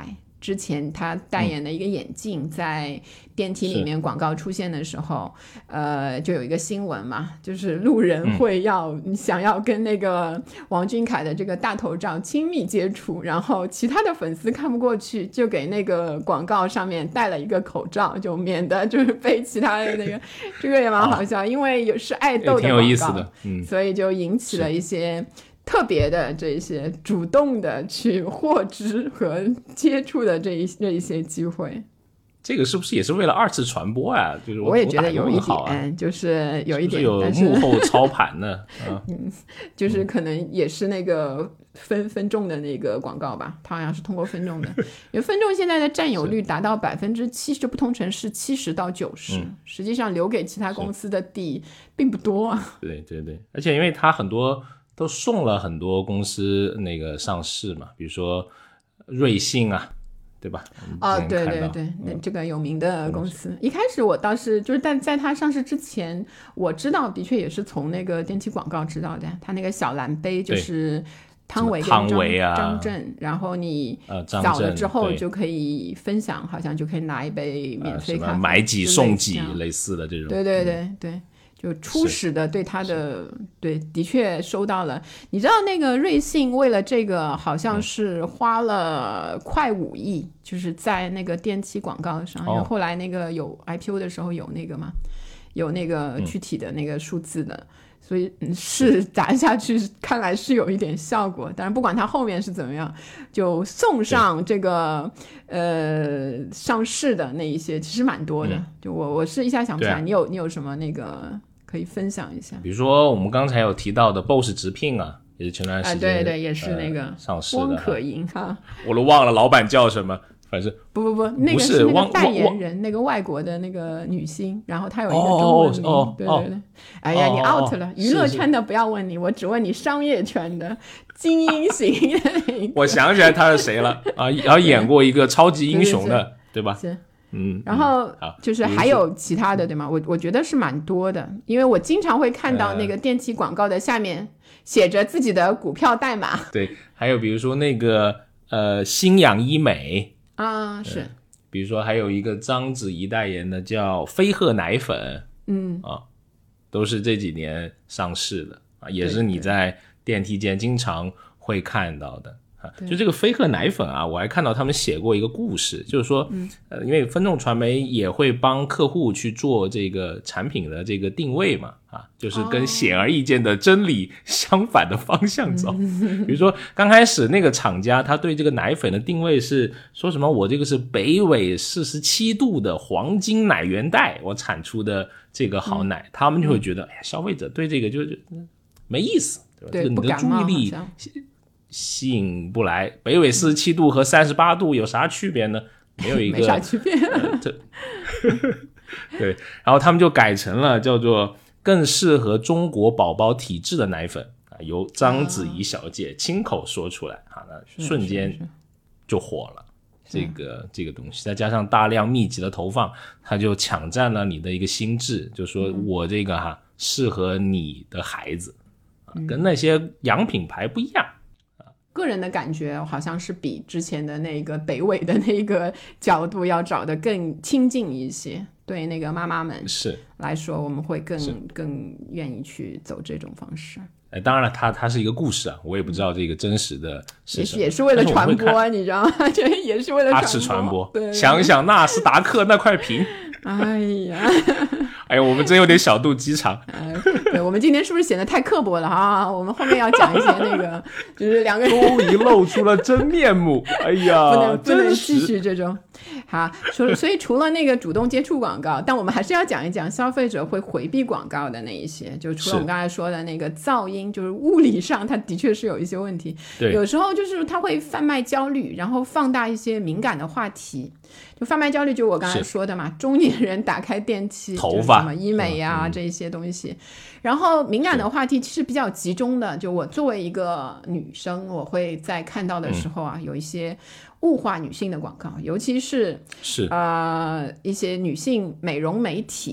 之前他代言的一个眼镜在电梯里面广告出现的时候，呃，就有一个新闻嘛，就是路人会要、嗯、想要跟那个王俊凯的这个大头照亲密接触，然后其他的粉丝看不过去，就给那个广告上面戴了一个口罩，就免得就是被其他的那个这个也蛮好笑、哦、因为有是爱豆的广告， 挺有意思的、嗯、 所以就引起了一些特别的这些主动的去获知和接触的这一这一些机会。 这个是不是也是为了二次传播啊？就是 我, 我也觉得有一点、 啊、 就是有一点是不是有幕后操盘呢、 啊嗯、就是可能也是那个分分众的那个广告吧，它好像是通过分众的因为分众现在的占有率达到百分之七十，不同城市七十到九十、嗯、实际上留给其他公司的地并不多啊。 对对对，而且因为它很多都送了很多公司那个上市嘛，比如说瑞幸啊，对吧？ 哦，对对对，那、嗯、这个有名的公司，一开始我倒是就是在在它上市之前，我知道的确也是从那个电梯广告知道的，它那个小蓝杯就是汤唯跟张汤唯啊张震，然后你扫了之后就可以分享、呃、好像就可以拿一杯免费咖啡、呃、 买几送几类似的这种。 对对对、嗯、对，就初始的对他的对的确收到了。你知道那个瑞幸为了这个好像是花了快五亿、嗯、就是在那个电梯广告上、哦、因为后来那个有 I P O 的时候有那个嘛，有那个具体的那个数字的、嗯、所以是砸下去看来是有一点效果，但是不管它后面是怎么样，就送上这个呃上市的那一些其实蛮多的、嗯、就我我是一下想不起来、啊、你有你有什么那个可以分享一下？ 比如说我们刚才有提到的 B O S S 直聘啊，也是前段时间、 啊、对对，也是那个、呃、 上市的汪可盈哈， 我都忘了老板叫什么，反正不不不，那个是那个代言人，那个外国的那个女星，然后她有一个中文名，哦哦、对对对。哦、哎呀，你 out 了，娱乐圈的不要问你，我只问你商业圈的精英型的那个。 我想起来她是谁了啊？然后演过一个超级英雄的， 对, 对, 对, 对吧？ 是。 嗯， 然后就是还有其他的、嗯、对吗？我我觉得是蛮多的，因为我经常会看到那个电梯广告的下面写着自己的股票代码。 对，还有比如说那个呃新氧医美啊，是、呃， 比如说还有一个章子怡代言的叫飞鹤奶粉， 嗯啊，都是这几年上市的啊，也是你在电梯间经常会看到的。就这个飞鹤奶粉啊，我还看到他们写过一个故事，就是说、嗯、呃，因为分众传媒也会帮客户去做这个产品的这个定位嘛，啊，就是跟显而易见的真理相反的方向走。哦、比如说刚开始那个厂家他对这个奶粉的定位是说什么，我这个是北纬四十七度的黄金奶源带我产出的这个好奶，嗯、他们就会觉得、嗯、哎呀，消费者对这个就就没意思，对吧？ 对， 这个你的注意力吸引不来，北纬四十七度和三十八度有啥区别呢？没有一个没啥区别、 呃、这对，然后他们就改成了叫做更适合中国宝宝体质的奶粉啊，由章子怡小姐亲口说出来啊，那瞬间就火了。这个这个东西再加上大量密集的投放，它就抢占了你的一个心智，就说我这个哈适合你的孩子啊，跟那些洋品牌不一样。 个人的感觉好像是比之前的那个北纬的那个角度要找得更亲近一些，对那个妈妈们是来说，我们会更更愿意去走这种方式。 哎，当然了，它它是一个故事啊，我也不知道这个真实的是什么， 也是为了传播，你知道吗？这也是为了传播。 二次传播，对，想想纳斯达克那块屏， 哎呀。 哎呀，我们真有点小肚鸡肠。 呃，对，我们今天是不是显得太刻薄了啊？我们后面要讲一些那个，就是两个人终于露出了真面目。哎呀， 不能不能继续这种。好，所所以除了那个主动接触广告，但我们还是要讲一讲消费者会回避广告的那一些。就除了我们刚才说的那个噪音，就是物理上它的确是有一些问题。 对， 有时候就是它会贩卖焦虑，然后放大一些敏感的话题。就贩卖焦虑，就我刚才说的嘛，中年人打开电器， 头发、 什么医美呀、啊嗯、这些东西。然后敏感的话题其实比较集中的，就我作为一个女生，我会在看到的时候啊，嗯、有一些物化女性的广告，尤其是是呃一些女性美容美体，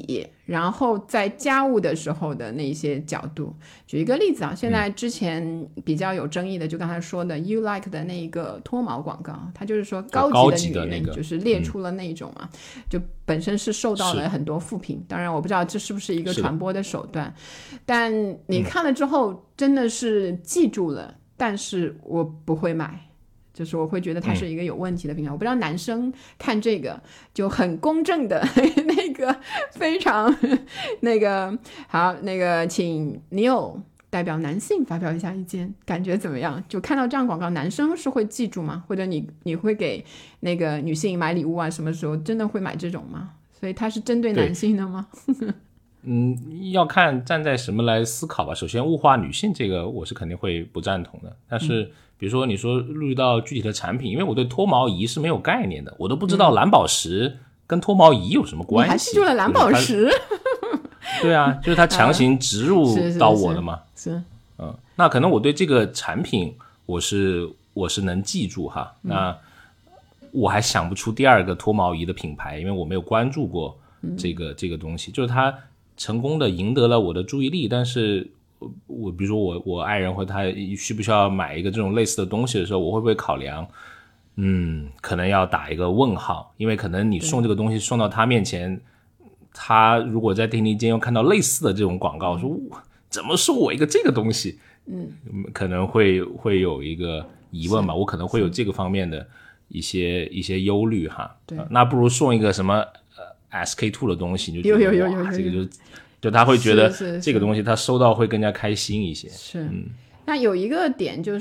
然后在家务的时候的那些角度。举一个例子啊，现在之前比较有争议的，就刚才说的 You Like 的那个脱毛广告，它就是说高级的女人就是列出了那种啊、嗯、就本身是受到了很多负评，当然我不知道这是不是一个传播的手段，但你看了之后真的是记住了、嗯、但是我不会买，就是我会觉得它是一个有问题的品牌、嗯、我不知道男生看这个就很公正的那个非常那个好，那个请 Neil 代表男性发表一下意见，感觉怎么样？就看到这样广告男生是会记住吗？或者你你会给那个女性买礼物啊，什么时候真的会买这种吗？所以它是针对男性的吗？ 嗯，要看站在什么来思考吧。首先物化女性这个我是肯定会不赞同的，但是比如说你说入遇到具体的产品，因为我对脱毛仪是没有概念的，我都不知道蓝宝石跟脱毛仪有什么关系。 你还记住了蓝宝石？ 对啊，就是它强行植入到我的嘛。 啊、是, 是, 是嗯，那可能我对这个产品我是我是能记住哈、嗯、那我还想不出第二个脱毛仪的品牌，因为我没有关注过这个、嗯、这个东西，就是它成功的赢得了我的注意力，但是我比如说我我爱人或他需不需要买一个这种类似的东西的时候，我会不会考量嗯，可能要打一个问号，因为可能你送这个东西送到他面前，他如果在电梯间又看到类似的这种广告，说怎么送我一个这个东西，嗯，可能会会有一个疑问吧，我可能会有这个方面的一些一些忧虑哈。 对、 呃，那不如送一个什么呃 S K 二 的东西，你就觉得有有有有有这个就就他会觉得这个东西他收到会更加开心一些。 是， 嗯。 那有一个点就是，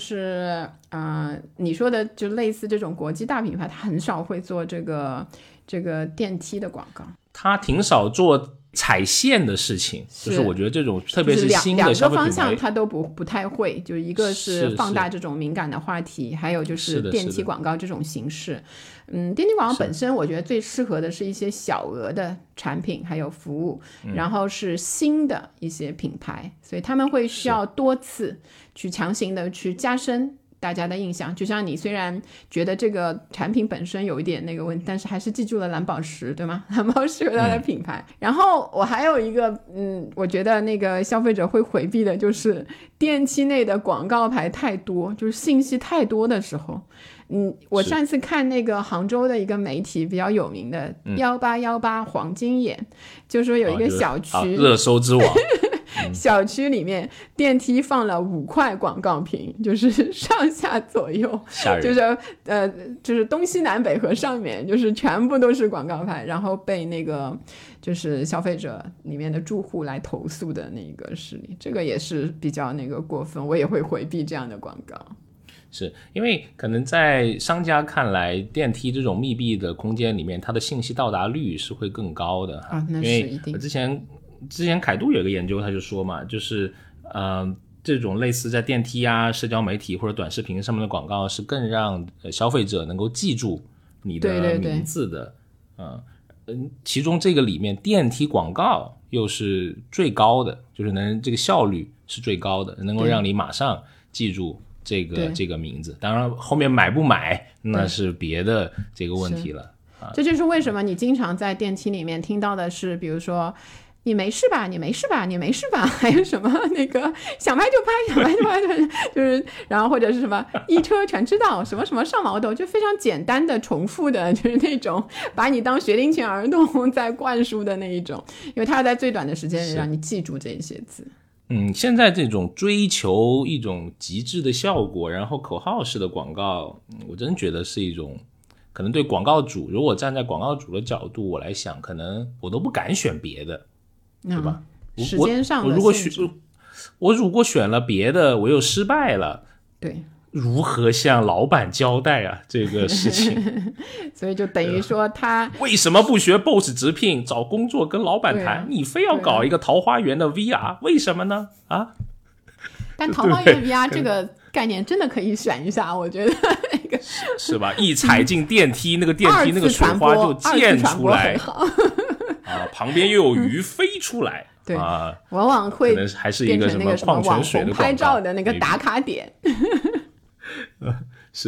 呃，你说的就类似这种国际大品牌，它很少会做这个这个电梯的广告， 它挺少做踩线的事情，是就是我觉得这种特别是新的消费品牌， 两个方向它都不不太会，就一个是放大这种敏感的话题，是是还有就是电梯广告这种形式。嗯，电梯广告本身我觉得最适合的是一些小额的产品还有服务、嗯、然后是新的一些品牌，所以他们会需要多次去强行的去加深大家的印象，就像你虽然觉得这个产品本身有一点那个问题，但是还是记住了蓝宝石，对吗？蓝宝石有它的品牌、嗯、然后我还有一个嗯，我觉得那个消费者会回避的就是电梯内的广告牌太多，就是信息太多的时候。嗯，我上次看那个杭州的一个媒体比较有名的一八一八黄金眼、嗯、就说有一个小区、哦、 热搜之王小区里面电梯放了五块广告屏，就是上下左右，就是呃，就是东西南北和上面，就是全部都是广告牌，然后被那个就是消费者里面的住户来投诉的那个事例，这个也是比较那个过分，我也会回避这样的广告。 是因为可能在商家看来，电梯这种密闭的空间里面，它的信息到达率是会更高的啊，那是一定。 因为之前之前凯度有一个研究，他就说嘛，就是呃这种类似在电梯啊、社交媒体或者短视频上面的广告，是更让消费者能够记住你的名字的。嗯嗯，其中这个里面电梯广告又是最高的，就是能这个效率是最高的，能够让你马上记住这个这个名字。当然后面买不买那是别的这个问题了、啊、 这就是为什么你经常在电梯里面听到的是比如说你没事吧，你没事吧，你没事吧，还有什么那个想拍就拍，想拍就拍，就是然后或者是什么一车全知道，什么什么上毛豆，就非常简单的重复的，就是那种把你当学龄前儿童在灌输的那一种，因为它要在最短的时间里让你记住这些字。 嗯，现在这种追求一种极致的效果，然后口号式的广告，我真觉得是一种可能对广告主，如果站在广告主的角度我来想，可能我都不敢选别的，对吧？ 嗯、时间上的我如果选，我如果选了别的，我又失败了， 对， 如何向老板交代啊？这个事情， 所以就等于说他为什么不学 B O S S 直聘，找工作跟老板谈？啊、你非要搞一个桃花源的 V R，、啊、为什么呢？啊？ 但桃花源 V R 这个概念真的可以选一下，我觉得那个是吧？一踩进电梯，那个电梯那个水花就溅出来。啊，旁边又有鱼飞出来， 对啊， 往往会可能还是一个什么矿泉水的拍照的那个打卡点。 是，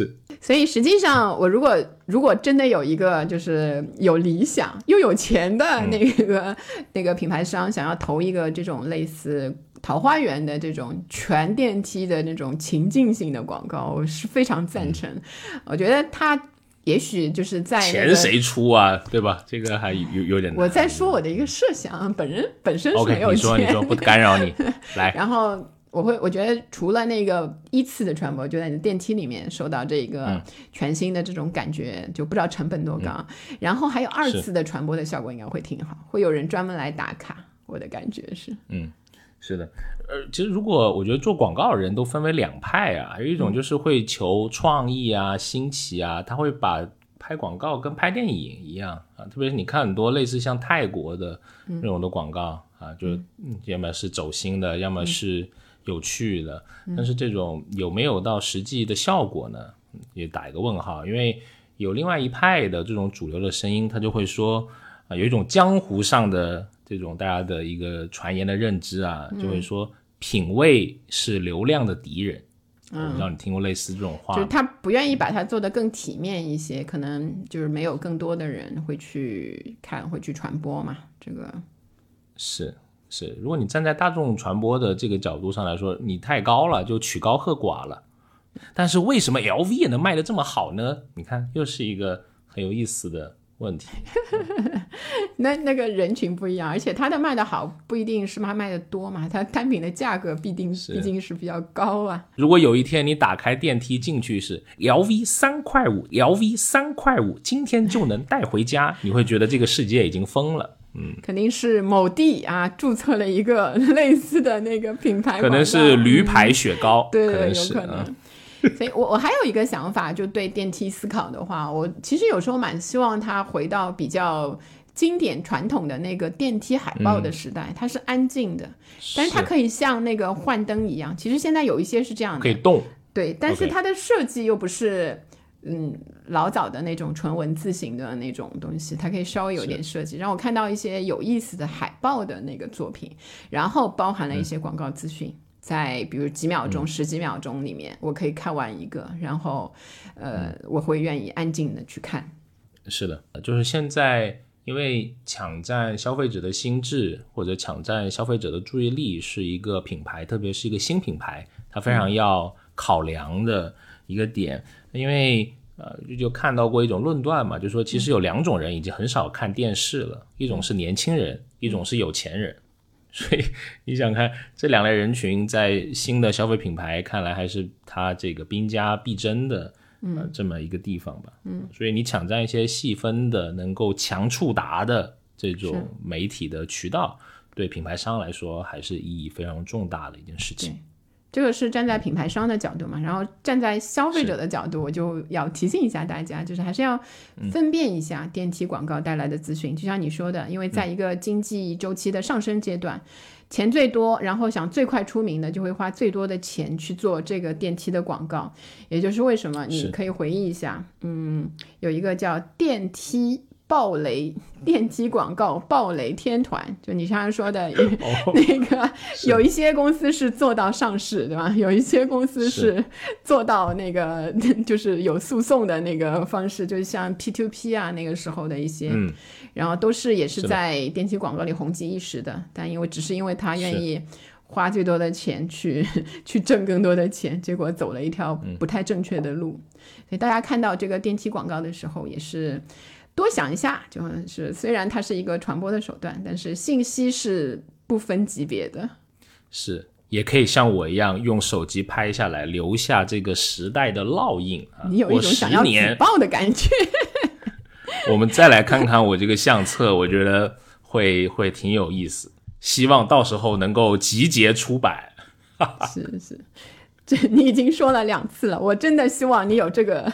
所以实际上，我如果如果真的有一个就是有理想又有钱的那个、嗯、那个品牌商想要投一个这种类似桃花源的这种全电梯的那种情境性的广告，我是非常赞成。嗯、我觉得他也许就是在、那个、 钱谁出啊，对吧？这个还有有点难。 我在说我的一个设想，本人本身是没有钱。 OK， 你说你说，不干扰你。来， 然后。我会，我觉得除了那个一次的传播，就在你的电梯里面收到这个全新的这种感觉，嗯、就不知道成本多高。嗯、然后还有二次的传播的效果应该会挺好，会有人专门来打卡。我的感觉是， 嗯，是的。呃，其实如果我觉得做广告的人都分为两派啊，有一种就是会求创意啊、新奇啊，他会把拍广告跟拍电影一样啊，特别是你看很多类似像泰国的那种的广告、嗯、啊，就要么是走心的，要么是有趣的，但是这种有没有到实际的效果呢，也打一个问号。因为有另外一派的这种主流的声音，他就会说、呃、有一种江湖上的这种大家的一个传言的认知啊，就会说品味是流量的敌人。嗯、我不知道你听过类似这种话、 嗯、就是他不愿意把它做得更体面一些，可能就是没有更多的人会去看，会去传播嘛。这个是是，如果你站在大众传播的这个角度上来说，你太高了，就曲高和寡了。但是为什么 L V 也能卖得这么好呢？你看，又是一个很有意思的问题。 那那个人群不一样，而且它的卖得好不一定是它卖得多嘛，它单品的价格必定毕竟是比较高啊。 如果有一天你打开电梯进去是 L V 三块五 L V 三块五，今天就能带回家，你会觉得这个世界已经疯了。嗯， 肯定是某地啊注册了一个类似的那个品牌广告， 可能是驴牌雪糕、嗯、 对可能是有可能、嗯所以我我还有一个想法，就对电梯思考的话，我其实有时候蛮希望它回到比较经典传统的那个电梯海报的时代、嗯、它是安静的，但是它可以像那个幻灯一样，其实现在有一些是这样的， 可以动， 对，但是它的设计又不是嗯老早的那种纯文字型的那种东西，它可以稍微有点设计，让我看到一些有意思的海报的那个作品，然后包含了一些广告资讯、嗯，在比如几秒钟、嗯、十几秒钟里面我可以看完一个，然后呃、嗯，我会愿意安静的去看。 是的，就是现在因为抢占消费者的心智或者抢占消费者的注意力是一个品牌，特别是一个新品牌它非常要考量的一个点、嗯、因为呃，就看到过一种论断嘛，就是说其实有两种人已经很少看电视了、嗯、一种是年轻人、嗯、一种是有钱人，所以你想看这两类人群在新的消费品牌看来还是它这个兵家必争的、呃、这么一个地方吧。嗯，所以你抢占一些细分的能够强触达的这种媒体的渠道，对品牌商来说还是意义非常重大的一件事情。 这个是站在品牌商的角度嘛，然后站在消费者的角度，我就要提醒一下大家，就是还是要分辨一下电梯广告带来的资讯、嗯、就像你说的，因为在一个经济周期的上升阶段、嗯、钱最多，然后想最快出名的就会花最多的钱去做这个电梯的广告，也就是为什么你可以回忆一下，嗯，有一个叫电梯暴雷电梯广告暴雷天团，就你刚才说的、哦、那个有一些公司是做到上市对吧，有一些公司是做到那个就是有诉讼的那个方式，就像 P to P 啊那个时候的一些、嗯、然后都是也是在电梯广告里红极一时的，但因为只是因为他愿意花最多的钱去去挣更多的钱，结果走了一条不太正确的路、嗯、所以大家看到这个电梯广告的时候也是多想一下，就是虽然它是一个传播的手段，但是信息是不分级别的， 是也可以像我一样用手机拍下来留下这个时代的烙印、啊、 你有一种想要举报的感觉。 我们再来看看我这个相册，我觉得会会挺有意思，希望到时候能够集结出版。 是是，这你已经说了两次了，我真的希望你有这个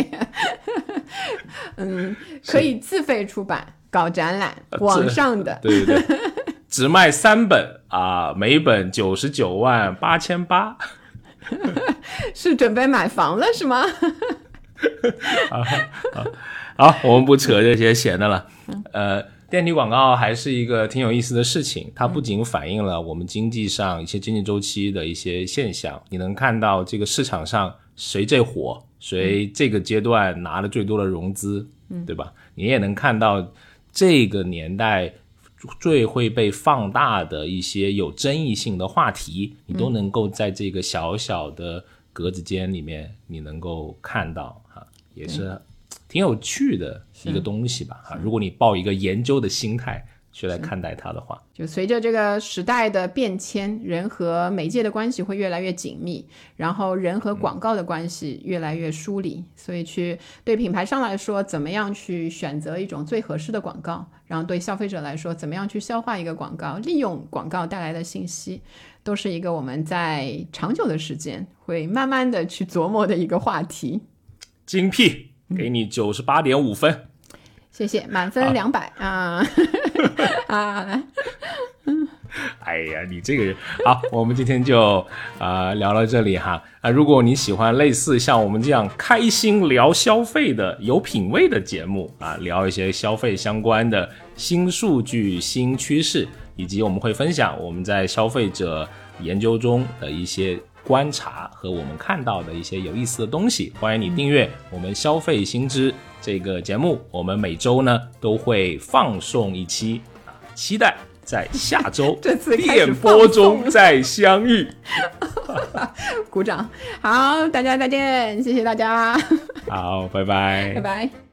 嗯，可以自费出版搞展览、啊、网上的， 对对对，只卖三本啊，每本九十九万八千八。 是准备买房了是吗？ 好, 好, 好，我们不扯这些闲的了。呃，电梯广告还是一个挺有意思的事情，它不仅反映了我们经济上一些经济周期的一些现象，你能看到这个市场上谁最火谁这个阶段拿了最多的融资，嗯，对吧？你也能看到这个年代最会被放大的一些有争议性的话题，你都能够在这个小小的格子间里面你能够看到哈，也是挺有趣的一个东西吧哈。如果你抱一个研究的心态去来看待它的话， 就随着这个时代的变迁，人和媒介的关系会越来越紧密，然后人和广告的关系越来越疏离、嗯、所以去对品牌商来说怎么样去选择一种最合适的广告，然后对消费者来说怎么样去消化一个广告，利用广告带来的信息，都是一个我们在长久的时间会慢慢的去琢磨的一个话题。 精辟，给你 九十八点五 分、嗯， 谢谢，满分两百啊啊！ 哎呀，你这个人好，我们今天就啊、呃、聊到这里哈啊！如果你喜欢类似像我们这样开心聊消费的有品味的节目啊，聊一些消费相关的新数据、新趋势，以及我们会分享我们在消费者研究中的一些观察和我们看到的一些有意思的东西，欢迎你订阅我们消费新知这个节目，我们每周呢都会放送一期，期待在下周电波中再相遇。 鼓掌，好，大家再见，谢谢大家， 好，拜拜， 拜拜。